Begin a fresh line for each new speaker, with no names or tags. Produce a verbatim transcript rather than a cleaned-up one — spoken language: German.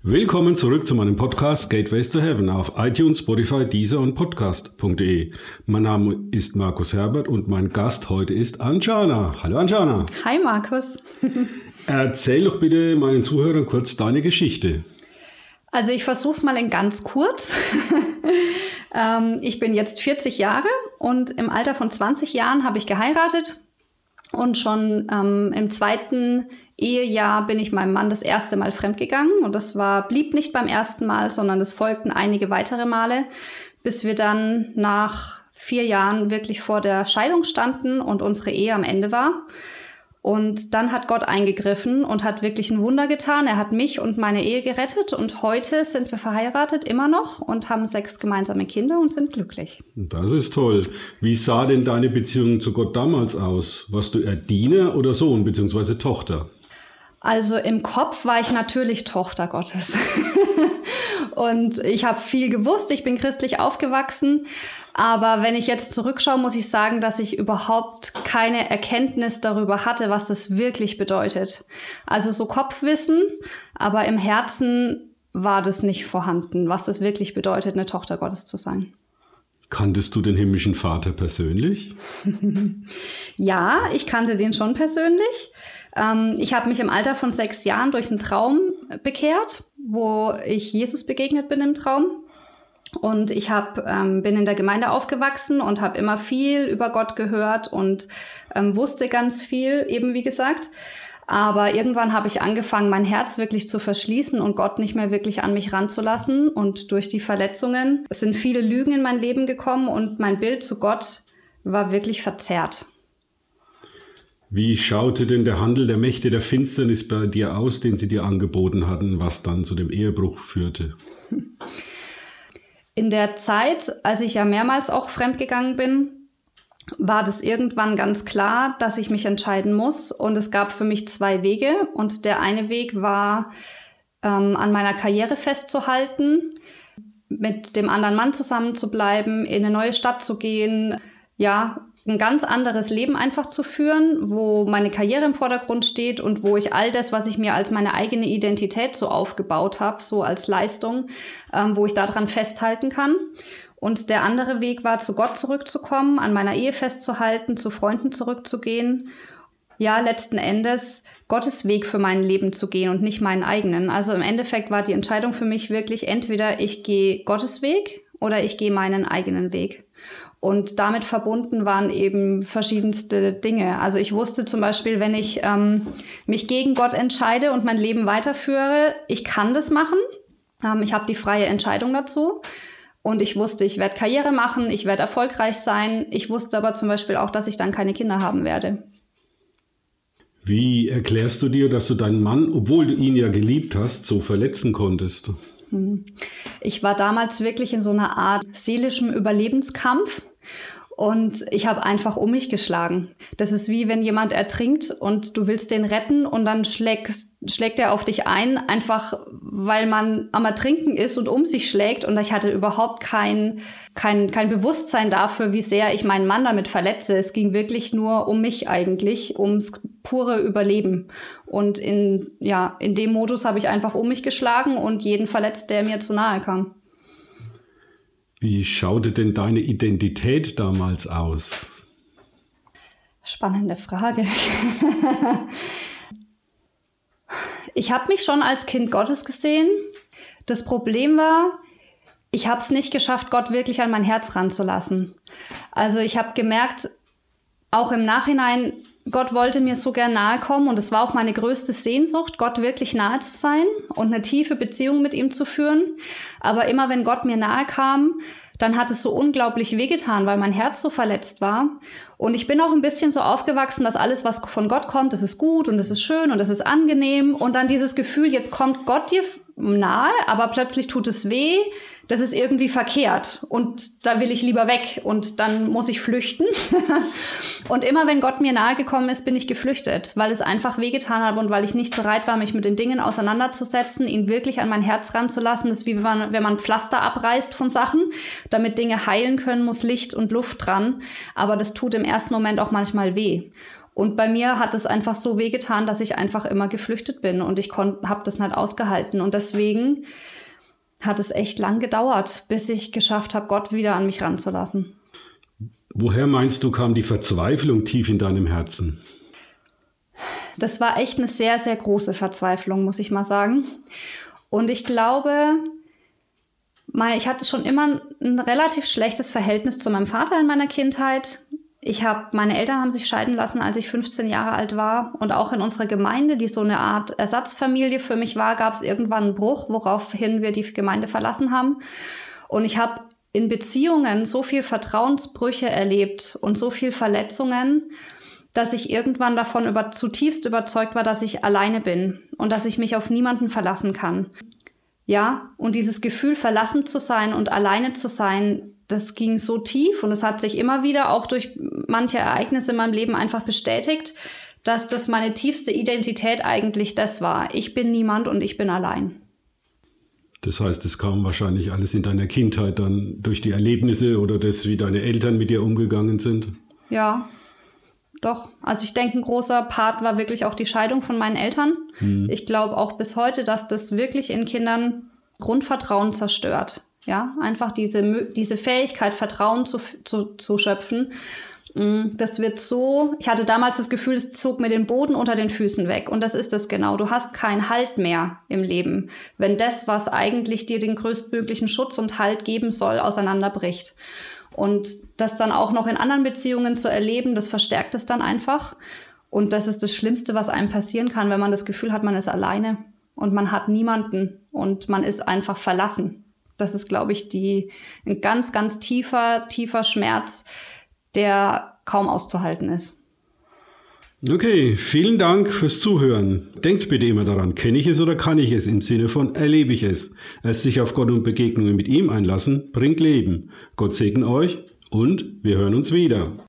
Willkommen zurück zu meinem Podcast Gateways to Heaven auf iTunes, Spotify, Deezer und Podcast punkt de. Mein Name ist Markus Herbert und mein Gast heute ist Anjana. Hallo Anjana.
Hi Markus.
Erzähl doch bitte meinen Zuhörern kurz deine Geschichte.
Also ich versuche es mal in ganz kurz. ähm, ich bin jetzt vierzig Jahre und im Alter von zwanzig Jahren habe ich geheiratet. Und schon ähm, im zweiten Ehejahr bin ich meinem Mann das erste Mal fremdgegangen. Und das war, blieb nicht beim ersten Mal, sondern es folgten einige weitere Male, bis wir dann nach vier Jahren wirklich vor der Scheidung standen und unsere Ehe am Ende war. Und dann hat Gott eingegriffen und hat wirklich ein Wunder getan. Er hat mich und meine Ehe gerettet. Und heute sind wir verheiratet, immer noch, und haben sechs gemeinsame Kinder und sind glücklich.
Das ist toll. Wie sah denn deine Beziehung zu Gott damals aus? Warst du eher Diener oder Sohn bzw. Tochter?
Also im Kopf war ich natürlich Tochter Gottes. Und ich habe viel gewusst. Ich bin christlich aufgewachsen. Aber wenn ich jetzt zurückschaue, muss ich sagen, dass ich überhaupt keine Erkenntnis darüber hatte, was das wirklich bedeutet. Also so Kopfwissen, aber im Herzen war das nicht vorhanden, was das wirklich bedeutet, eine Tochter Gottes zu sein.
Kanntest du den himmlischen Vater persönlich?
Ja, ich kannte den schon persönlich. Ähm, ich habe mich im Alter von sechs Jahren durch einen Traum bekehrt, wo ich Jesus begegnet bin im Traum. Und ich hab, ähm, bin in der Gemeinde aufgewachsen und habe immer viel über Gott gehört und ähm, wusste ganz viel, eben wie gesagt. Aber irgendwann habe ich angefangen, mein Herz wirklich zu verschließen und Gott nicht mehr wirklich an mich ranzulassen. Und durch die Verletzungen sind viele Lügen in mein Leben gekommen und mein Bild zu Gott war wirklich verzerrt.
Wie schaute denn der Handel der Mächte der Finsternis bei dir aus, den sie dir angeboten hatten, was dann zu dem Ehebruch führte?
In der Zeit, als ich ja mehrmals auch fremdgegangen bin, war das irgendwann ganz klar, dass ich mich entscheiden muss. Und es gab für mich zwei Wege. Und der eine Weg war, ähm, an meiner Karriere festzuhalten, mit dem anderen Mann zusammen zu bleiben, in eine neue Stadt zu gehen, ja, ein ganz anderes Leben einfach zu führen, wo meine Karriere im Vordergrund steht und wo ich all das, was ich mir als meine eigene Identität so aufgebaut habe, so als Leistung, ähm, wo ich daran festhalten kann. Und der andere Weg war, zu Gott zurückzukommen, an meiner Ehe festzuhalten, zu Freunden zurückzugehen. Ja, letzten Endes Gottes Weg für mein Leben zu gehen und nicht meinen eigenen. Also im Endeffekt war die Entscheidung für mich wirklich, entweder ich gehe Gottes Weg oder ich gehe meinen eigenen Weg. Und damit verbunden waren eben verschiedenste Dinge. Also ich wusste zum Beispiel, wenn ich ähm, mich gegen Gott entscheide und mein Leben weiterführe, ich kann das machen. Ähm, ich habe die freie Entscheidung dazu. Und ich wusste, ich werde Karriere machen, ich werde erfolgreich sein. Ich wusste aber zum Beispiel auch, dass ich dann keine Kinder haben werde.
Wie erklärst du dir, dass du deinen Mann, obwohl du ihn ja geliebt hast, so verletzen konntest?
Ich war damals wirklich in so einer Art seelischem Überlebenskampf und ich habe einfach um mich geschlagen. Das ist wie wenn jemand ertrinkt und du willst den retten und dann schlägst, schlägt er auf dich ein, einfach weil man am Ertrinken ist und um sich schlägt. Und ich hatte überhaupt kein, kein, kein Bewusstsein dafür, wie sehr ich meinen Mann damit verletze. Es ging wirklich nur um mich eigentlich, ums pure Überleben. Und in, ja, in dem Modus habe ich einfach um mich geschlagen und jeden verletzt, der mir zu nahe kam.
Wie schaute denn deine Identität damals aus?
Spannende Frage. Ich habe mich schon als Kind Gottes gesehen. Das Problem war, ich habe es nicht geschafft, Gott wirklich an mein Herz ranzulassen. Also ich habe gemerkt, auch im Nachhinein, Gott wollte mir so gern nahe kommen und es war auch meine größte Sehnsucht, Gott wirklich nahe zu sein und eine tiefe Beziehung mit ihm zu führen. Aber immer wenn Gott mir nahe kam, dann hat es so unglaublich wehgetan, weil mein Herz so verletzt war. Und ich bin auch ein bisschen so aufgewachsen, dass alles, was von Gott kommt, das ist gut und das ist schön und das ist angenehm. Und dann dieses Gefühl, jetzt kommt Gott dir nahe, aber plötzlich tut es weh. Das ist irgendwie verkehrt und da will ich lieber weg und dann muss ich flüchten. Und immer wenn Gott mir nahe gekommen ist, bin ich geflüchtet, weil es einfach wehgetan hat und weil ich nicht bereit war, mich mit den Dingen auseinanderzusetzen, ihn wirklich an mein Herz ranzulassen. Das ist wie wenn man, wenn man Pflaster abreißt von Sachen. Damit Dinge heilen können, muss Licht und Luft dran, aber das tut im ersten Moment auch manchmal weh. Und bei mir hat es einfach so wehgetan, dass ich einfach immer geflüchtet bin und ich habe das nicht ausgehalten. Und deswegen hat es echt lang gedauert, bis ich geschafft habe, Gott wieder an mich ranzulassen.
Woher meinst du, kam die Verzweiflung tief in deinem Herzen?
Das war echt eine sehr, sehr große Verzweiflung, muss ich mal sagen. Und ich glaube, ich hatte schon immer ein relativ schlechtes Verhältnis zu meinem Vater in meiner Kindheit. Ich habe, meine Eltern haben sich scheiden lassen, als ich fünfzehn Jahre alt war. Und auch in unserer Gemeinde, die so eine Art Ersatzfamilie für mich war, gab es irgendwann einen Bruch, woraufhin wir die Gemeinde verlassen haben. Und ich habe in Beziehungen so viel Vertrauensbrüche erlebt und so viel Verletzungen, dass ich irgendwann davon über, zutiefst überzeugt war, dass ich alleine bin und dass ich mich auf niemanden verlassen kann. Ja, und dieses Gefühl, verlassen zu sein und alleine zu sein, das ging so tief und es hat sich immer wieder auch durch manche Ereignisse in meinem Leben einfach bestätigt, dass das meine tiefste Identität eigentlich das war. Ich bin niemand und ich bin allein.
Das heißt, es kam wahrscheinlich alles in deiner Kindheit dann durch die Erlebnisse oder das, wie deine Eltern mit dir umgegangen sind?
Ja, doch. Also ich denke, ein großer Part war wirklich auch die Scheidung von meinen Eltern. Hm. Ich glaube auch bis heute, dass das wirklich in Kindern Grundvertrauen zerstört. Ja, einfach diese, diese Fähigkeit, Vertrauen zu, zu, zu schöpfen. Das wird so, ich hatte damals das Gefühl, es zog mir den Boden unter den Füßen weg. Und das ist es genau. Du hast keinen Halt mehr im Leben, wenn das, was eigentlich dir den größtmöglichen Schutz und Halt geben soll, auseinanderbricht. Und das dann auch noch in anderen Beziehungen zu erleben, das verstärkt es dann einfach. Und das ist das Schlimmste, was einem passieren kann, wenn man das Gefühl hat, man ist alleine und man hat niemanden und man ist einfach verlassen. Das ist, glaube ich, die, ein ganz, ganz tiefer, tiefer Schmerz, der kaum auszuhalten ist.
Okay, vielen Dank fürs Zuhören. Denkt bitte immer daran, kenne ich es oder kann ich es im Sinne von erlebe ich es. Erst sich auf Gott und Begegnungen mit ihm einlassen, bringt Leben. Gott segne euch und wir hören uns wieder.